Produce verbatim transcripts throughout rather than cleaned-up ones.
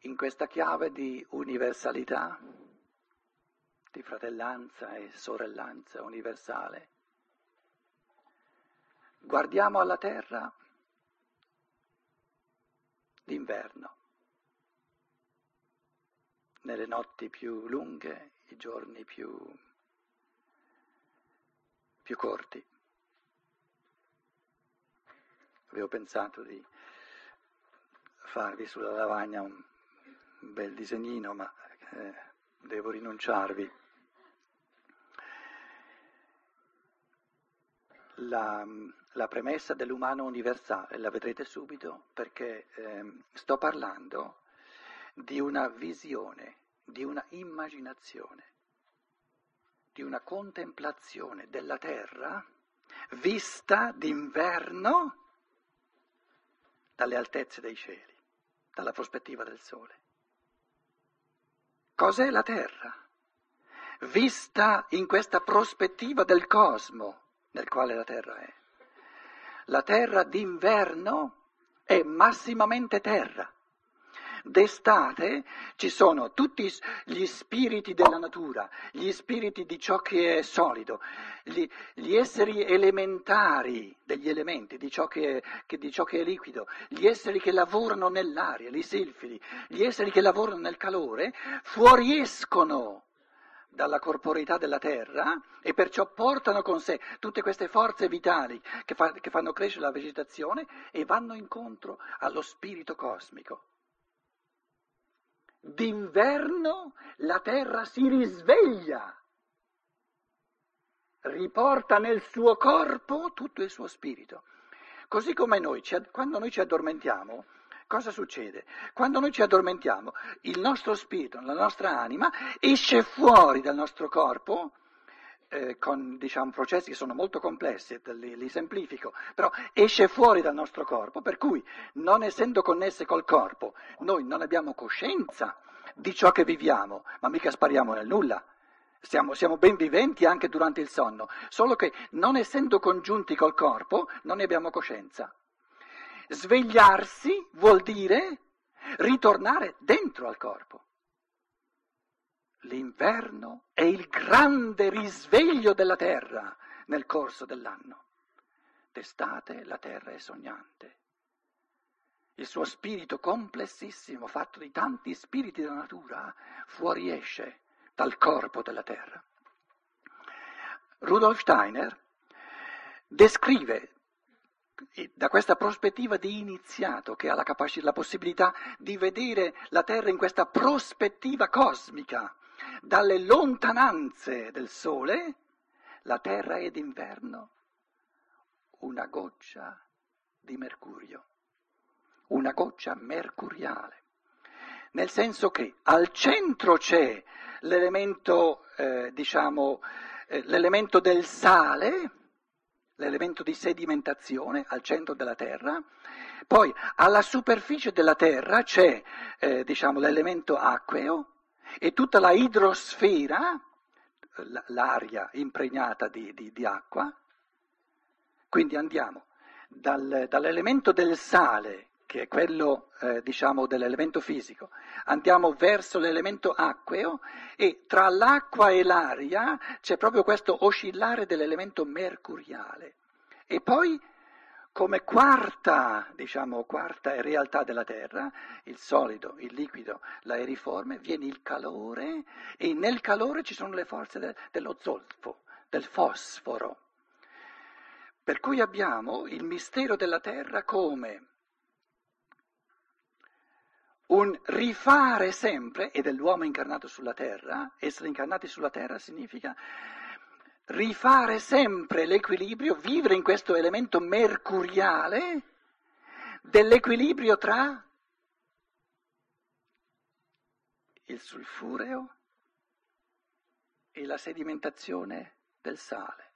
in questa chiave di universalità, di fratellanza e sorellanza universale, guardiamo alla terra d'inverno, nelle notti più lunghe, i giorni più, più corti. Avevo pensato di farvi sulla lavagna un bel disegnino, ma eh, devo rinunciarvi. La, la premessa dell'umano universale la vedrete subito, perché eh, sto parlando di una visione, di una immaginazione, di una contemplazione della terra vista d'inverno dalle altezze dei cieli, dalla prospettiva del sole. Cos'è la terra? Vista in questa prospettiva del cosmo nel quale la terra è. La terra d'inverno è massimamente terra. D'estate ci sono tutti gli spiriti della natura, gli spiriti di ciò che è solido, gli, gli esseri elementari degli elementi, di ciò che è, che, di ciò che è liquido, gli esseri che lavorano nell'aria, i silfidi, gli esseri che lavorano nel calore, fuoriescono dalla corporeità della terra e perciò portano con sé tutte queste forze vitali che, fa, che fanno crescere la vegetazione e vanno incontro allo spirito cosmico. D'inverno la terra si risveglia, riporta nel suo corpo tutto il suo spirito. Così come noi, quando noi ci addormentiamo, cosa succede? Quando noi ci addormentiamo, il nostro spirito, la nostra anima esce fuori dal nostro corpo, eh, con diciamo processi che sono molto complessi, li, li semplifico, però esce fuori dal nostro corpo, per cui non essendo connesse col corpo, noi non abbiamo coscienza di ciò che viviamo, ma mica spariamo nel nulla. Siamo, siamo ben viventi anche durante il sonno, solo che non essendo congiunti col corpo non ne abbiamo coscienza. Svegliarsi vuol dire ritornare dentro al corpo. L'inverno è il grande risveglio della terra nel corso dell'anno. D'estate la terra è sognante. Il suo spirito complessissimo, fatto di tanti spiriti della natura, fuoriesce dal corpo della terra. Rudolf Steiner descrive da questa prospettiva di iniziato che ha la capacità, la possibilità di vedere la terra in questa prospettiva cosmica, dalle lontananze del sole, la terra è d'inverno una goccia di mercurio, una goccia mercuriale, nel senso che al centro c'è l'elemento, eh, diciamo, eh, l'elemento del sale, l'elemento di sedimentazione al centro della terra, poi alla superficie della terra c'è eh, diciamo, l'elemento acqueo e tutta la idrosfera, l'aria impregnata di, di, di acqua. Quindi andiamo dal, dall'elemento del sale, che è quello eh, diciamo dell'elemento fisico, andiamo verso l'elemento acqueo e tra l'acqua e l'aria c'è proprio questo oscillare dell'elemento mercuriale. E poi come quarta, diciamo, quarta realtà della terra, il solido, il liquido, l'aeriforme, viene il calore e nel calore ci sono le forze de, dello zolfo, del fosforo. Per cui abbiamo il mistero della terra come un rifare sempre, e dell'uomo incarnato sulla terra, essere incarnati sulla terra significa rifare sempre l'equilibrio, vivere in questo elemento mercuriale dell'equilibrio tra il sulfureo e la sedimentazione del sale.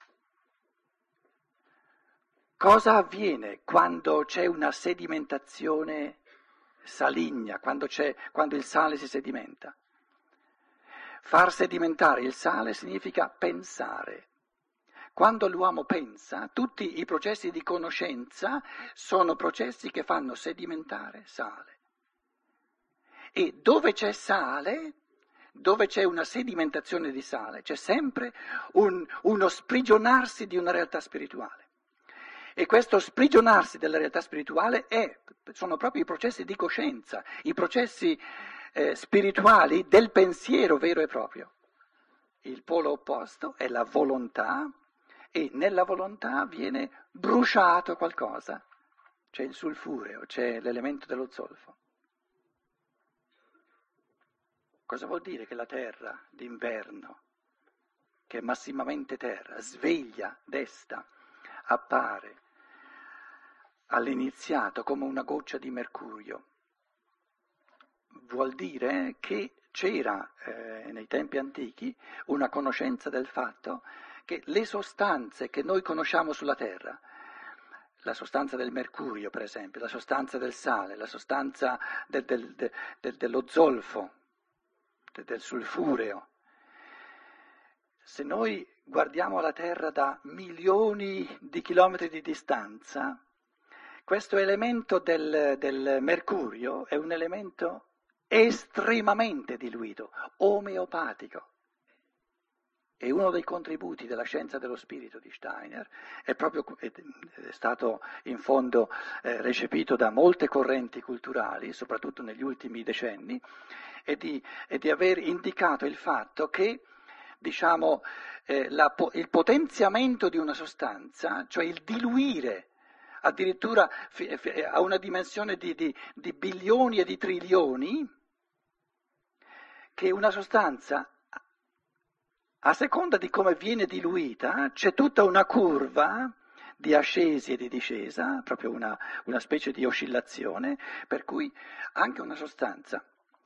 Cosa avviene quando c'è una sedimentazione saligna, quando, c'è, quando il sale si sedimenta? Far sedimentare il sale significa pensare. Quando l'uomo pensa, tutti i processi di conoscenza sono processi che fanno sedimentare sale. E dove c'è sale, dove c'è una sedimentazione di sale, c'è sempre un, uno sprigionarsi di una realtà spirituale. E questo sprigionarsi della realtà spirituale è, sono proprio i processi di coscienza, i processi eh, spirituali del pensiero vero e proprio. Il polo opposto è la volontà e nella volontà viene bruciato qualcosa. C'è il sulfureo, c'è l'elemento dello zolfo. Cosa vuol dire che la terra d'inverno, che è massimamente terra, sveglia, desta, appare all'iniziato come una goccia di mercurio? Vuol dire che c'era eh, nei tempi antichi una conoscenza del fatto che le sostanze che noi conosciamo sulla terra, la sostanza del mercurio per esempio, la sostanza del sale, la sostanza del, del, del, del, dello zolfo, del, del sulfureo, se noi guardiamo la terra da milioni di chilometri di distanza, questo elemento del, del mercurio è un elemento estremamente diluito, omeopatico. E uno dei contributi della scienza dello spirito di Steiner è proprio è stato in fondo eh, recepito da molte correnti culturali, soprattutto negli ultimi decenni, è di, è di aver indicato il fatto che, diciamo, eh, la, il potenziamento di una sostanza, cioè il diluire addirittura a una dimensione di, di, di bilioni e di trilioni, che una sostanza, a seconda di come viene diluita, c'è tutta una curva di ascesi e di discesa, proprio una, una specie di oscillazione, per cui anche una sostanza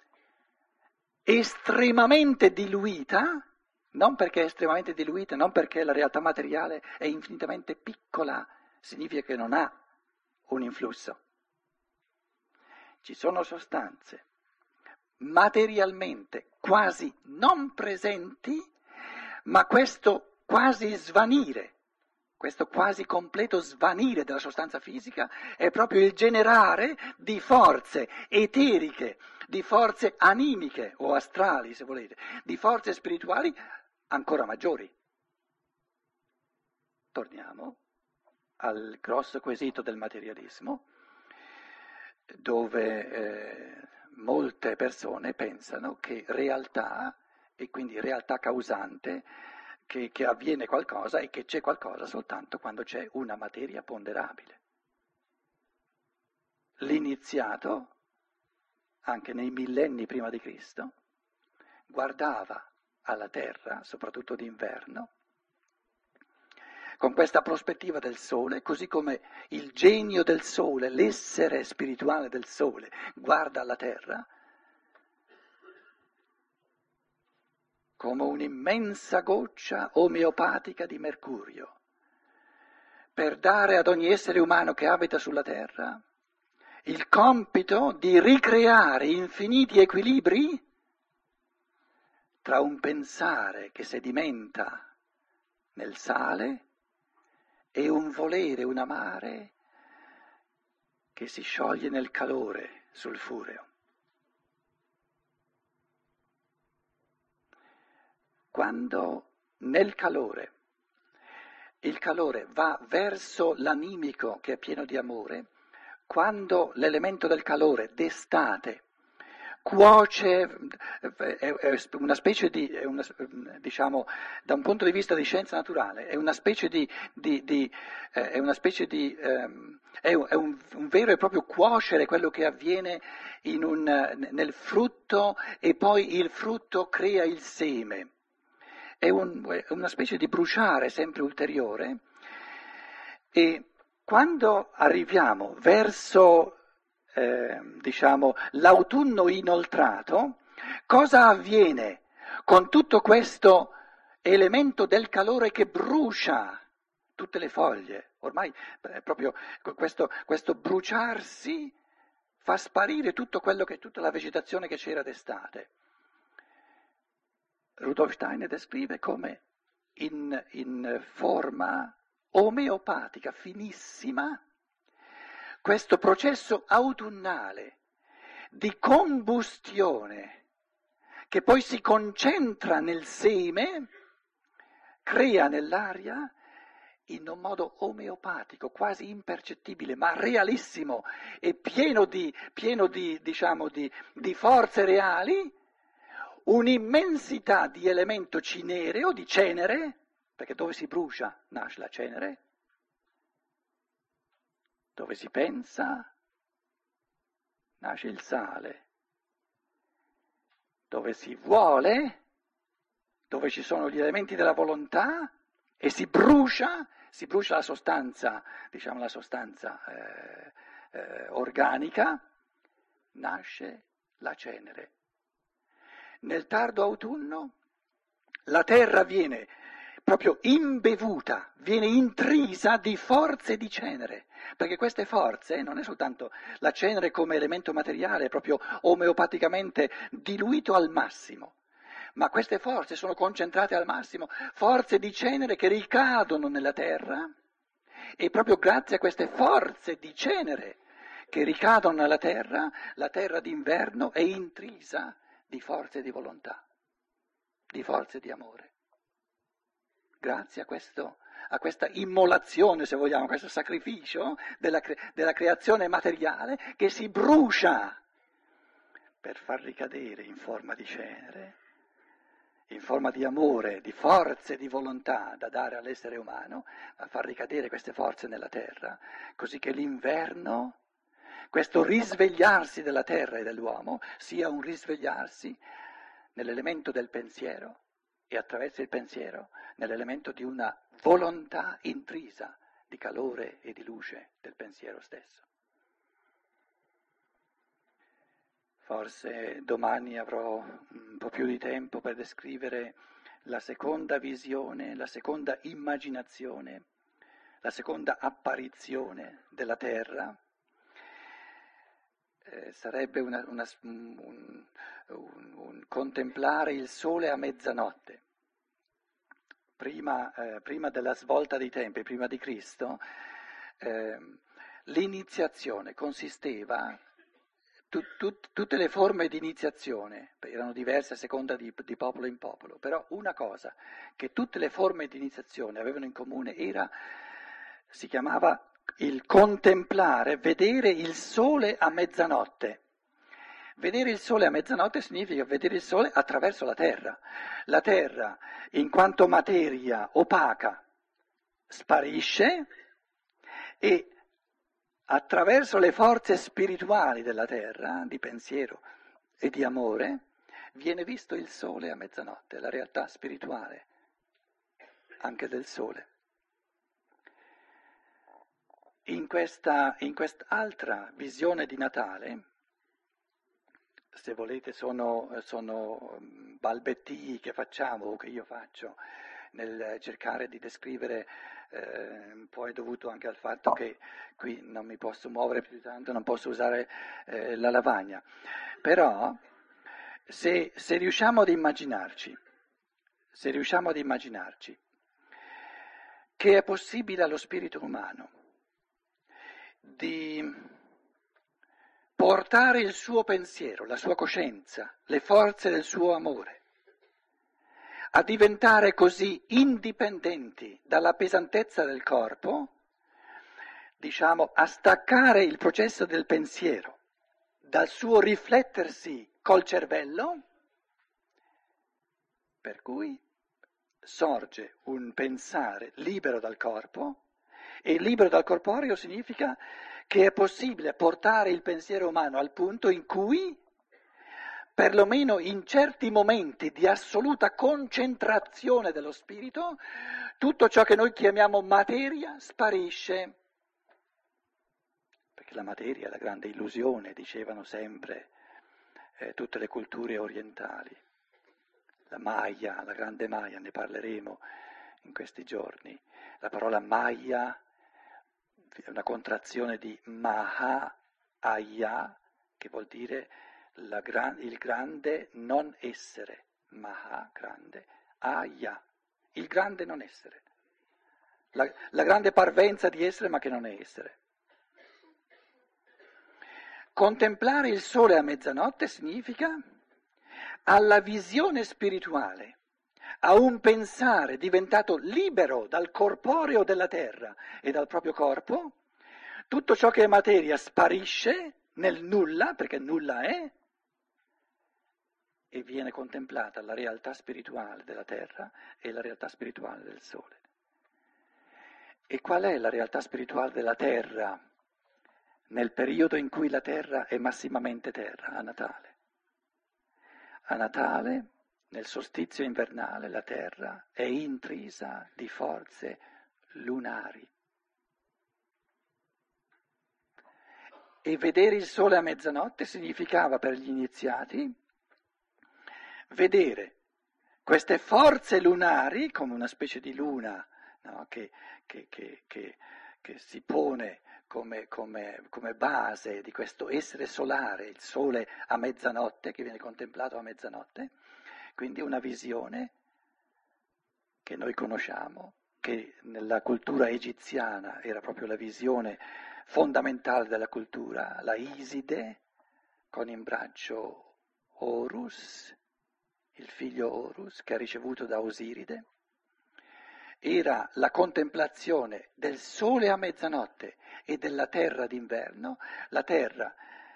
estremamente diluita, non perché è estremamente diluita, non perché la realtà materiale è infinitamente piccola, significa che non ha un influsso. Ci sono sostanze materialmente quasi non presenti, ma questo quasi svanire, questo quasi completo svanire della sostanza fisica è proprio il generare di forze eteriche, di forze animiche o astrali, se volete, di forze spirituali ancora maggiori. Torniamo al grosso quesito del materialismo, dove eh, molte persone pensano che realtà, e quindi realtà causante, che, che avviene qualcosa e che c'è qualcosa soltanto quando c'è una materia ponderabile. L'iniziato, anche nei millenni prima di Cristo, guardava alla terra, soprattutto d'inverno, con questa prospettiva del sole, così come il genio del sole, l'essere spirituale del sole, guarda alla terra, come un'immensa goccia omeopatica di mercurio, per dare ad ogni essere umano che abita sulla terra il compito di ricreare infiniti equilibri tra un pensare che sedimenta nel sale e un volere, un amare che si scioglie nel calore sulfureo. Quando nel calore, il calore va verso l'animico che è pieno di amore, quando l'elemento del calore d'estate cuoce, è una specie di, è una, diciamo, da un punto di vista di scienza naturale, è una specie di, di, di è una specie di, è un, è un, un vero e proprio cuocere quello che avviene in un, nel frutto e poi il frutto crea il seme. È, un, è una specie di bruciare sempre ulteriore e quando arriviamo verso eh, diciamo l'autunno inoltrato, cosa avviene con tutto questo elemento del calore che brucia tutte le foglie? Ormai eh, proprio questo, questo bruciarsi fa sparire tutto quello che tutta la vegetazione che c'era d'estate. Rudolf Steiner descrive come in, in forma omeopatica, finissima, questo processo autunnale di combustione che poi si concentra nel seme, crea nell'aria in un modo omeopatico, quasi impercettibile, ma realissimo e pieno di, pieno di, diciamo, di, di forze reali, un'immensità di elemento cinereo, di cenere, perché dove si brucia nasce la cenere, dove si pensa nasce il sale, dove si vuole, dove ci sono gli elementi della volontà e si brucia, si brucia la sostanza, diciamo la sostanza eh, eh, organica, nasce la cenere. Nel tardo autunno la terra viene proprio imbevuta, viene intrisa di forze di cenere, perché queste forze non è soltanto la cenere come elemento materiale, proprio omeopaticamente diluito al massimo, ma queste forze sono concentrate al massimo, forze di cenere che ricadono nella terra e proprio grazie a queste forze di cenere che ricadono nella terra, la terra d'inverno è intrisa di forze di volontà, di forze di amore. Grazie a, questo, a questa immolazione, se vogliamo, a questo sacrificio della, della creazione materiale che si brucia per far ricadere in forma di cenere, in forma di amore, di forze di volontà da dare all'essere umano, a far ricadere queste forze nella terra, così che l'inverno, questo risvegliarsi della terra e dell'uomo, sia un risvegliarsi nell'elemento del pensiero e attraverso il pensiero nell'elemento di una volontà intrisa di calore e di luce del pensiero stesso. Forse domani avrò un po' più di tempo per descrivere la seconda visione, la seconda immaginazione, la seconda apparizione della terra. Eh, sarebbe una, una, un, un, un contemplare il sole a mezzanotte. Prima, eh, prima della svolta dei tempi, prima di Cristo, eh, l'iniziazione consisteva, tu, tu, tutte le forme di iniziazione erano diverse a seconda di, di popolo in popolo, però una cosa che tutte le forme di iniziazione avevano in comune era, si chiamava il contemplare, vedere il sole a mezzanotte. Vedere il sole a mezzanotte significa vedere il sole attraverso la terra. La terra, in quanto materia opaca, sparisce e attraverso le forze spirituali della terra, di pensiero e di amore, viene visto il sole a mezzanotte, la realtà spirituale anche del sole. In questa, in quest'altra visione di Natale, se volete sono, sono balbettii che facciamo o che io faccio nel cercare di descrivere, eh, un po' è dovuto anche al fatto che qui non mi posso muovere più di tanto, non posso usare eh, la lavagna, però se, se riusciamo ad immaginarci, se riusciamo ad immaginarci che è possibile allo spirito umano di portare il suo pensiero, la sua coscienza, le forze del suo amore, a diventare così indipendenti dalla pesantezza del corpo, diciamo, a staccare il processo del pensiero dal suo riflettersi col cervello, per cui sorge un pensare libero dal corpo, e libero dal corporeo significa che è possibile portare il pensiero umano al punto in cui, perlomeno in certi momenti di assoluta concentrazione dello spirito, tutto ciò che noi chiamiamo materia sparisce. Perché la materia è la grande illusione, dicevano sempre eh, tutte le culture orientali. La Maya, la grande Maya, ne parleremo in questi giorni. La parola Maya è una contrazione di Maha Aya, che vuol dire la gran, il grande non essere. Maha, grande, Aya, il grande non essere. La, la grande parvenza di essere ma che non è essere. Contemplare il sole a mezzanotte significa alla visione spirituale, a un pensare diventato libero dal corporeo della terra e dal proprio corpo, tutto ciò che è materia sparisce nel nulla, perché nulla è, e viene contemplata la realtà spirituale della terra e la realtà spirituale del sole. E qual è la realtà spirituale della terra nel periodo in cui la terra è massimamente terra, a Natale? A Natale, nel solstizio invernale, la terra è intrisa di forze lunari. E vedere il sole a mezzanotte significava per gli iniziati vedere queste forze lunari come una specie di luna, no, che, che, che, che, che si pone come, come, come base di questo essere solare, il sole a mezzanotte, che viene contemplato a mezzanotte, quindi una visione che noi conosciamo, che nella cultura egiziana era proprio la visione fondamentale della cultura, la Iside, con in braccio Horus, il figlio Horus, che ha ricevuto da Osiride. Era la contemplazione del sole a mezzanotte e della terra d'inverno, la terra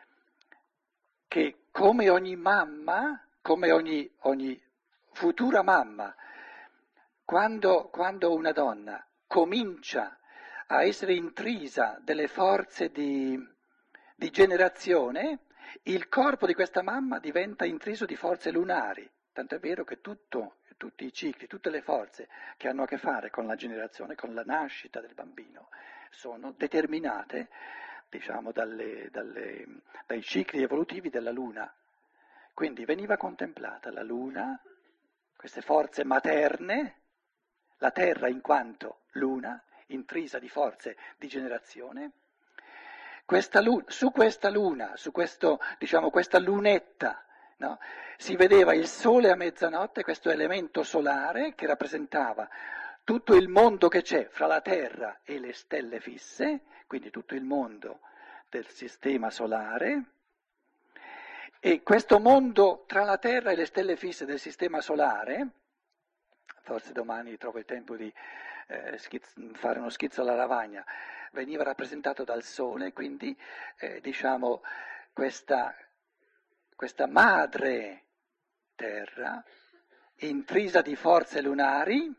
che come ogni mamma, come ogni, ogni futura mamma, quando, quando una donna comincia a essere intrisa delle forze di, di generazione, il corpo di questa mamma diventa intriso di forze lunari, tanto è vero che tutto, tutti i cicli, tutte le forze che hanno a che fare con la generazione, con la nascita del bambino, sono determinate, diciamo, dalle, dalle, dai cicli evolutivi della luna. Quindi veniva contemplata la luna, queste forze materne, la terra in quanto luna, intrisa di forze di generazione. Questa luna, su questa luna, su questo, diciamo, questa lunetta, no, si vedeva il sole a mezzanotte, questo elemento solare che rappresentava tutto il mondo che c'è fra la Terra e le stelle fisse, quindi tutto il mondo del sistema solare, e questo mondo tra la Terra e le stelle fisse del sistema solare, forse domani trovo il tempo di eh, schiz- fare uno schizzo alla lavagna, veniva rappresentato dal Sole, quindi eh, diciamo questa, questa madre Terra, intrisa di forze lunari,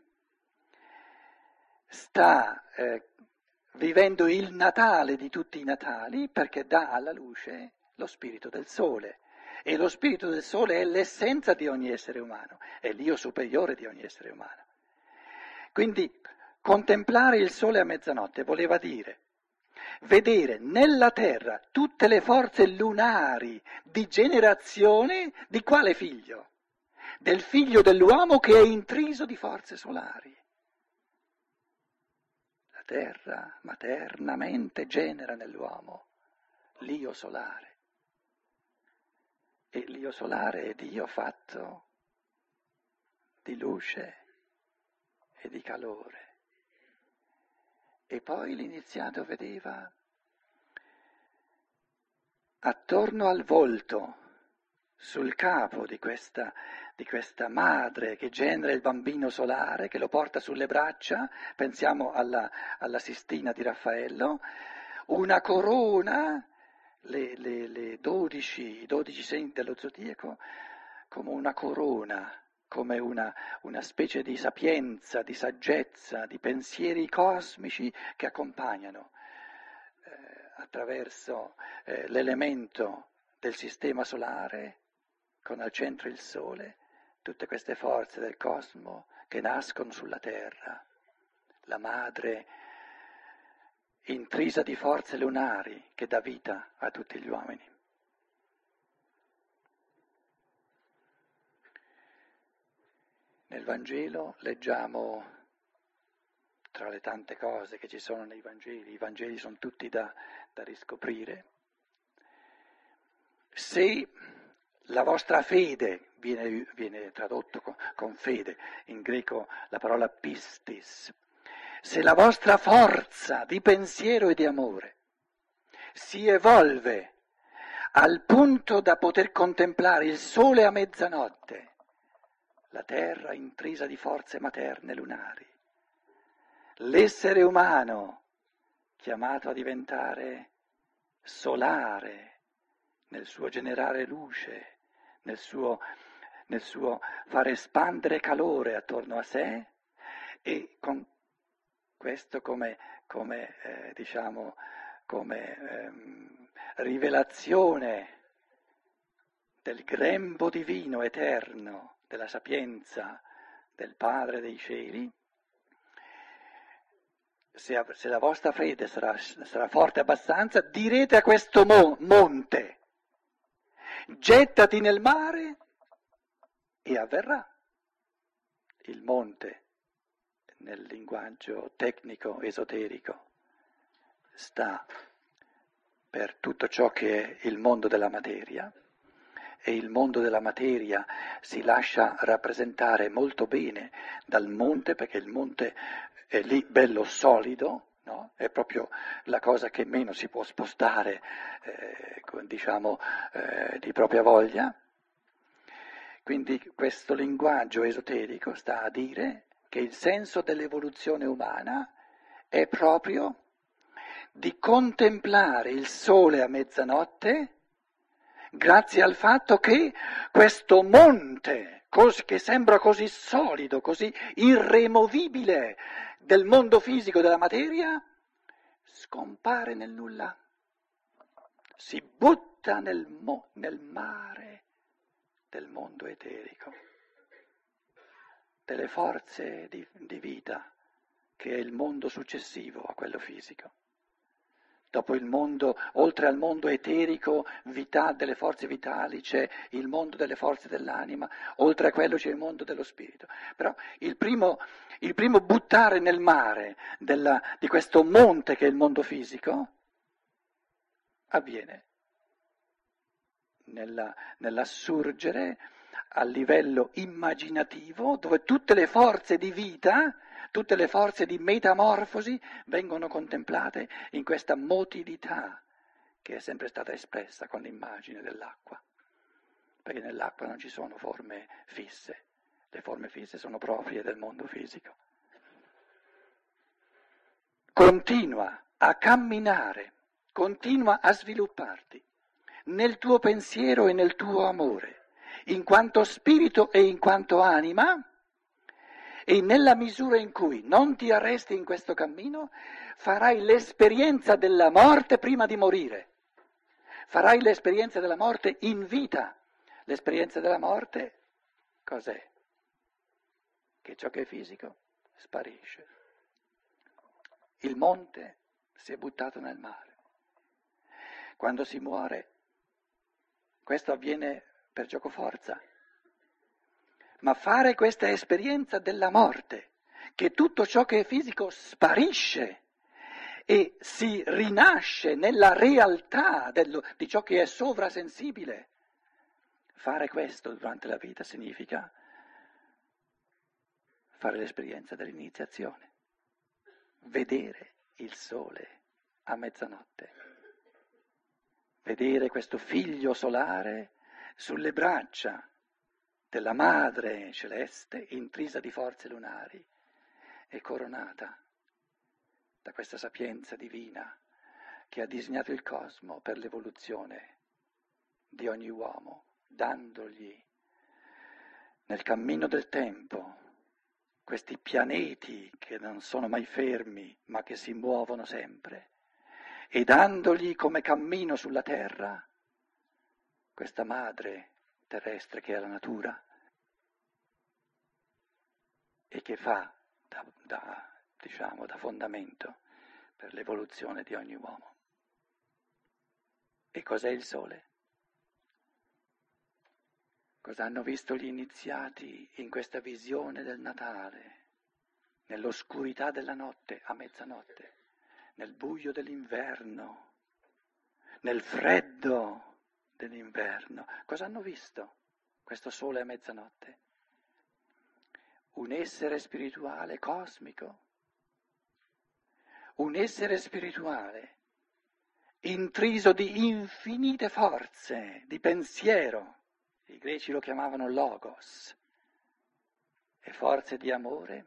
sta eh, vivendo il Natale di tutti i Natali perché dà alla luce lo spirito del Sole. E lo spirito del Sole è l'essenza di ogni essere umano, è l'io superiore di ogni essere umano. Quindi contemplare il Sole a mezzanotte voleva dire vedere nella Terra tutte le forze lunari di generazione di quale figlio? Del figlio dell'uomo che è intriso di forze solari. La Terra maternamente genera nell'uomo l'io solare. E l'io solare è Dio fatto di luce e di calore. E poi l'iniziato vedeva attorno al volto, sul capo di questa, di questa madre che genera il bambino solare, che lo porta sulle braccia, pensiamo alla, alla Sistina di Raffaello, una corona, le, le, le dodici, i dodici segni dello zodiaco, come una corona, come una, una specie di sapienza, di saggezza, di pensieri cosmici che accompagnano eh, attraverso eh, l'elemento del sistema solare, con al centro il Sole, tutte queste forze del cosmo che nascono sulla Terra, la madre intrisa di forze lunari che dà vita a tutti gli uomini. Nel Vangelo leggiamo, tra le tante cose che ci sono nei Vangeli, i Vangeli sono tutti da, da riscoprire, se la vostra fede, viene, viene tradotto con, con fede, in greco la parola pistis, se la vostra forza di pensiero e di amore si evolve al punto da poter contemplare il sole a mezzanotte, la terra intrisa di forze materne lunari, l'essere umano chiamato a diventare solare nel suo generare luce, nel suo, nel suo far espandere calore attorno a sé, e con questo come, come eh, diciamo, come ehm, rivelazione del grembo divino eterno, della sapienza del Padre dei cieli. Se, se la vostra fede sarà, sarà forte abbastanza, direte a questo mo- monte, gettati nel mare, e avverrà. Il monte, nel linguaggio tecnico, esoterico, sta per tutto ciò che è il mondo della materia, e il mondo della materia si lascia rappresentare molto bene dal monte, perché il monte è lì bello solido, no? È proprio la cosa che meno si può spostare, eh, diciamo, eh, di propria voglia. Quindi questo linguaggio esoterico sta a dire che il senso dell'evoluzione umana è proprio di contemplare il sole a mezzanotte grazie al fatto che questo monte, che sembra così solido, così irremovibile del mondo fisico della materia, scompare nel nulla, si butta nel, mo- nel mare del mondo eterico, delle forze di, di vita, che è il mondo successivo a quello fisico. Dopo il mondo, oltre al mondo eterico, vita, delle forze vitali, c'è il mondo delle forze dell'anima, oltre a quello c'è il mondo dello spirito. Però il primo, il primo buttare nel mare della, di questo monte che è il mondo fisico avviene nella, nell'assurgere a livello immaginativo, dove tutte le forze di vita, tutte le forze di metamorfosi vengono contemplate in questa motilità che è sempre stata espressa con l'immagine dell'acqua, perché nell'acqua non ci sono forme fisse, le forme fisse sono proprie del mondo fisico. Continua a camminare, continua a svilupparti nel tuo pensiero e nel tuo amore, in quanto spirito e in quanto anima, e nella misura in cui non ti arresti in questo cammino, farai l'esperienza della morte prima di morire, farai l'esperienza della morte in vita. L'esperienza della morte cos'è? Che ciò che è fisico sparisce. Il monte si è buttato nel mare. Quando si muore, questo avviene per giocoforza, ma fare questa esperienza della morte, che tutto ciò che è fisico sparisce e si rinasce nella realtà dello, di ciò che è sovrasensibile, fare questo durante la vita significa fare l'esperienza dell'iniziazione, vedere il sole a mezzanotte, vedere questo figlio solare sulle braccia della madre celeste, intrisa di forze lunari e coronata da questa sapienza divina che ha disegnato il cosmo per l'evoluzione di ogni uomo, dandogli nel cammino del tempo questi pianeti che non sono mai fermi ma che si muovono sempre, e dandogli come cammino sulla terra questa madre terrestre che è la natura e che fa da, da, diciamo, da fondamento per l'evoluzione di ogni uomo. E cos'è il sole? Cosa hanno visto gli iniziati in questa visione del Natale, nell'oscurità della notte, a mezzanotte, nel buio dell'inverno, nel freddo dell'inverno? Cosa hanno visto questo sole a mezzanotte? Un essere spirituale cosmico, un essere spirituale intriso di infinite forze, di pensiero, i greci lo chiamavano logos, e forze di amore.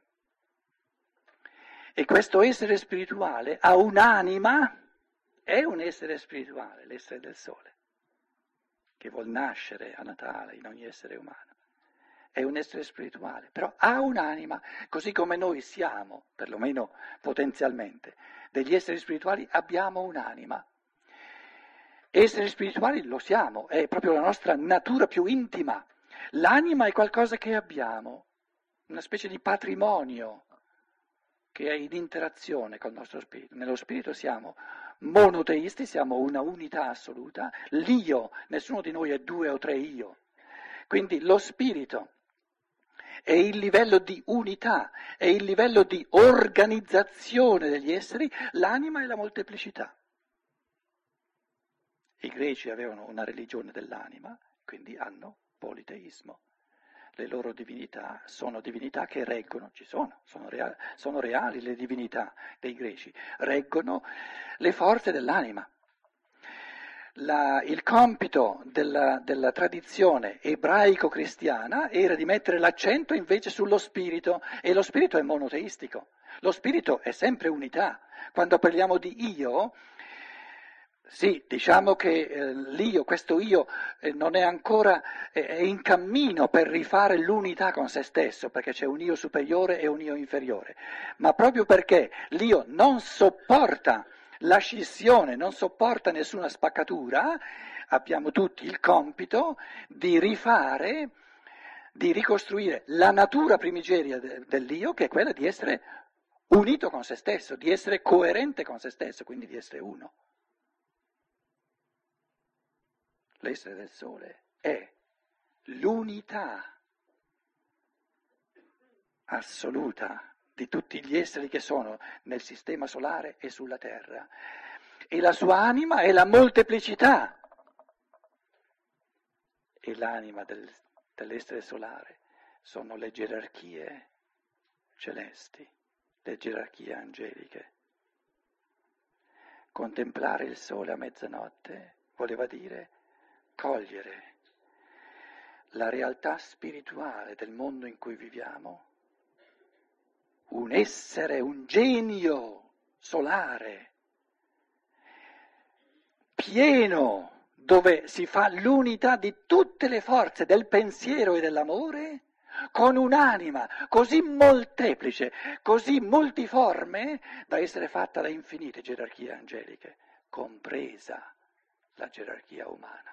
E questo essere spirituale ha un'anima, è un essere spirituale, l'essere del sole, che vuol nascere a Natale in ogni essere umano. È un essere spirituale, però ha un'anima, così come noi siamo, perlomeno potenzialmente, degli esseri spirituali abbiamo un'anima. Esseri spirituali lo siamo, è proprio la nostra natura più intima. L'anima è qualcosa che abbiamo, una specie di patrimonio che è in interazione col nostro spirito. Nello spirito siamo monoteisti, siamo una unità assoluta, l'io, nessuno di noi è due o tre io. Quindi lo spirito è il livello di unità, è il livello di organizzazione degli esseri, l'anima è la molteplicità. I greci avevano una religione dell'anima, quindi hanno politeismo. Le loro divinità sono divinità che reggono, ci sono, sono reali, sono reali le divinità dei greci, reggono le forze dell'anima. La, il compito della, della tradizione ebraico-cristiana era di mettere l'accento invece sullo spirito, e lo spirito è monoteistico, lo spirito è sempre unità. Quando parliamo di io, sì, diciamo che eh, l'io, questo io eh, non è ancora, eh, è in cammino per rifare l'unità con se stesso, perché c'è un io superiore e un io inferiore, ma proprio perché l'io non sopporta la scissione, non sopporta nessuna spaccatura, abbiamo tutti il compito di rifare, di ricostruire la natura primigeria de- dell'io, che è quella di essere unito con se stesso, di essere coerente con se stesso, quindi di essere uno. L'essere del sole è l'unità assoluta di tutti gli esseri che sono nel sistema solare e sulla Terra. E la sua anima è la molteplicità. E l'anima del, dell'essere solare sono le gerarchie celesti, le gerarchie angeliche. Contemplare il sole a mezzanotte voleva dire cogliere la realtà spirituale del mondo in cui viviamo, un essere, un genio solare, pieno, dove si fa l'unità di tutte le forze del pensiero e dell'amore, con un'anima così molteplice, così multiforme, da essere fatta da infinite gerarchie angeliche, compresa la gerarchia umana.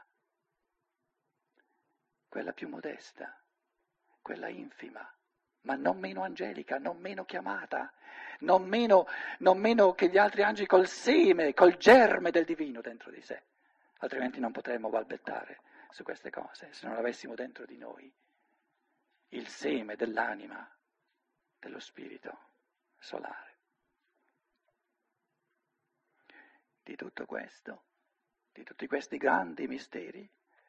Quella più modesta, quella infima, ma non meno angelica, non meno chiamata, non meno, non meno che gli altri angeli col seme, col germe del divino dentro di sé, altrimenti non potremmo balbettare su queste cose, se non avessimo dentro di noi il seme dell'anima, dello spirito solare. Di tutto questo, di tutti questi grandi misteri,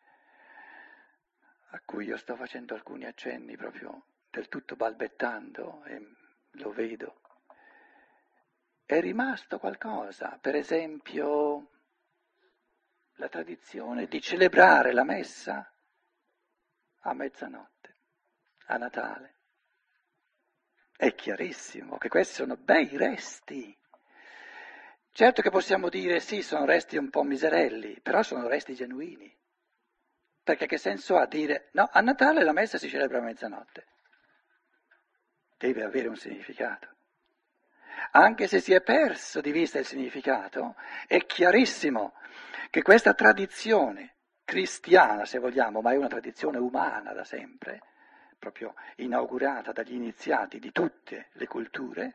a cui io sto facendo alcuni accenni proprio del tutto balbettando e lo vedo, è rimasto qualcosa, per esempio la tradizione di celebrare la messa a mezzanotte, a Natale. È chiarissimo che questi sono bei resti. Certo che possiamo dire sì, sono resti un po' miserelli, però sono resti genuini. Perché che senso ha dire no, a Natale la messa si celebra a mezzanotte? Deve avere un significato. Anche se si è perso di vista il significato, è chiarissimo che questa tradizione cristiana, se vogliamo, ma è una tradizione umana da sempre, proprio inaugurata dagli iniziati di tutte le culture,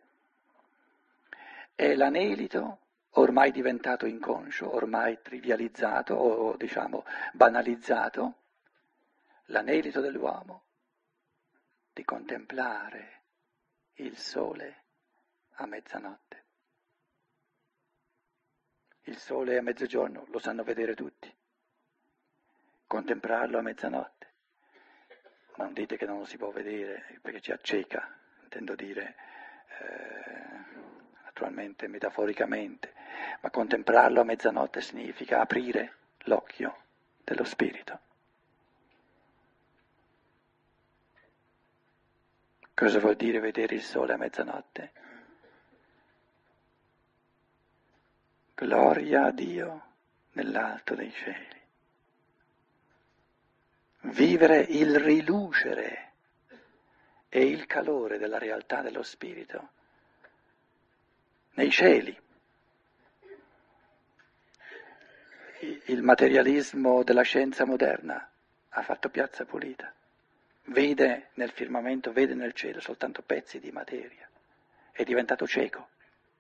è l'anelito ormai diventato inconscio, ormai trivializzato o diciamo banalizzato, l'anelito dell'uomo di contemplare il sole a mezzanotte. Il sole a mezzogiorno lo sanno vedere tutti. Contemplarlo a mezzanotte. Non dite che non lo si può vedere perché ci acceca, intendo dire eh, naturalmente metaforicamente. ma contemplarlo a mezzanotte significa aprire l'occhio dello spirito. Cosa vuol dire vedere il sole a mezzanotte? Gloria a Dio nell'alto dei cieli. Vivere il rilucere e il calore della realtà dello spirito nei cieli. Il materialismo della scienza moderna ha fatto piazza pulita. Vede nel firmamento, vede nel cielo soltanto pezzi di materia. È diventato cieco.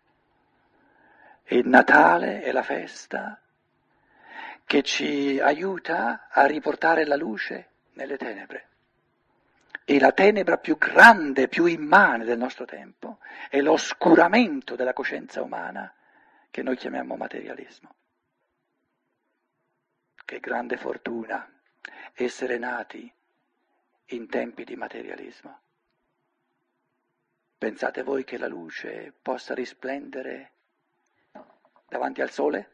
Il Natale è la festa che ci aiuta a riportare la luce nelle tenebre. E la tenebra più grande, più immane del nostro tempo è l'oscuramento della coscienza umana che noi chiamiamo materialismo. Che grande fortuna essere nati in tempi di materialismo. Pensate voi che la luce possa risplendere davanti al sole?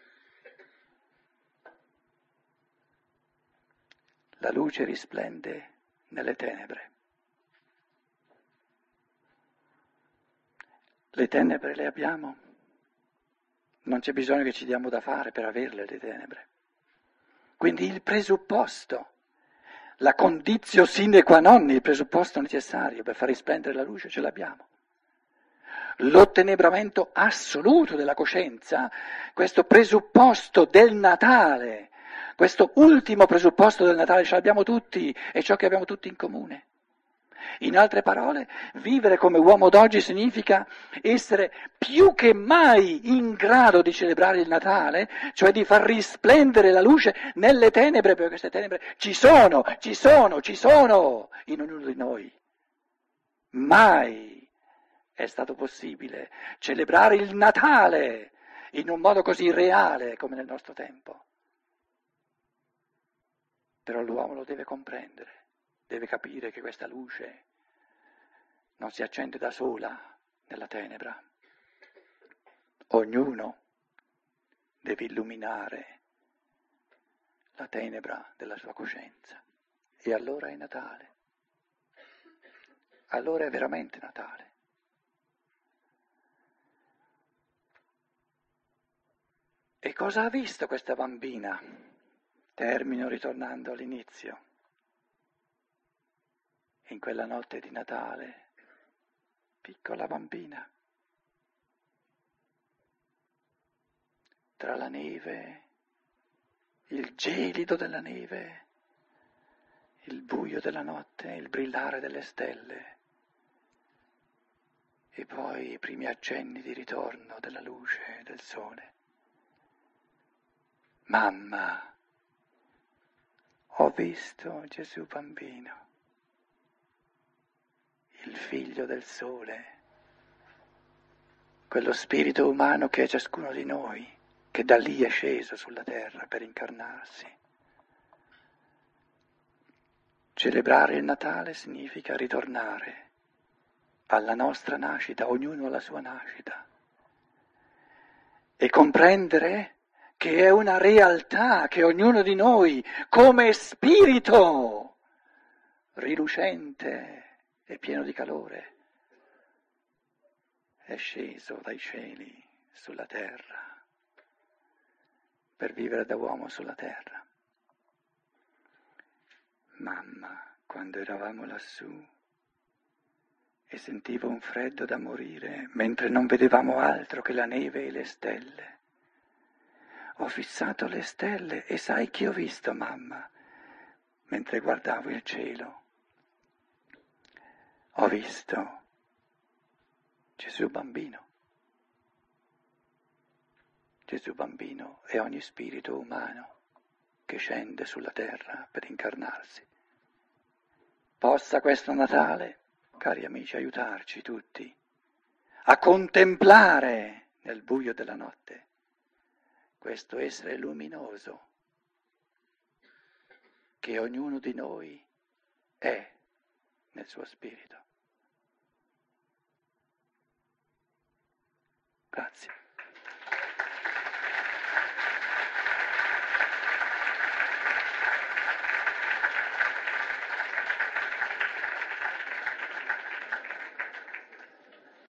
La luce risplende nelle tenebre. Le tenebre le abbiamo. Non c'è bisogno che ci diamo da fare per averle le tenebre. Quindi il presupposto, la conditio sine qua non, il presupposto necessario per far risplendere la luce ce l'abbiamo. L'ottenebramento assoluto della coscienza, questo presupposto del Natale, questo ultimo presupposto del Natale ce l'abbiamo tutti, è ciò che abbiamo tutti in comune. In altre parole, vivere come uomo d'oggi significa essere più che mai in grado di celebrare il Natale, cioè di far risplendere la luce nelle tenebre, perché queste tenebre ci sono, ci sono, ci sono in ognuno di noi. Mai è stato possibile celebrare il Natale in un modo così reale come nel nostro tempo. Però l'uomo lo deve comprendere. Deve capire che questa luce non si accende da sola nella tenebra. Ognuno deve illuminare la tenebra della sua coscienza. E allora è Natale. Allora è veramente Natale. E cosa ha visto questa bambina? Termino ritornando all'inizio. In quella notte di Natale, piccola bambina, tra la neve, il gelido della neve, il buio della notte, il brillare delle stelle e poi i primi accenni di ritorno della luce del sole. Mamma, ho visto Gesù bambino, il figlio del sole, quello spirito umano che è ciascuno di noi, che da lì è sceso sulla terra per incarnarsi. Celebrare il Natale significa ritornare alla nostra nascita, ognuno alla sua nascita, e comprendere che è una realtà che ognuno di noi, come spirito rilucente e pieno di calore, è sceso dai cieli sulla terra per vivere da uomo sulla terra. Mamma, quando eravamo lassù e sentivo un freddo da morire, mentre non vedevamo altro che la neve e le stelle, ho fissato le stelle e sai che ho visto, mamma, mentre guardavo il cielo? Ho visto Gesù bambino. Gesù bambino è ogni spirito umano che scende sulla terra per incarnarsi. Possa questo Natale, cari amici, aiutarci tutti a contemplare nel buio della notte questo essere luminoso che ognuno di noi è nel suo spirito. Grazie.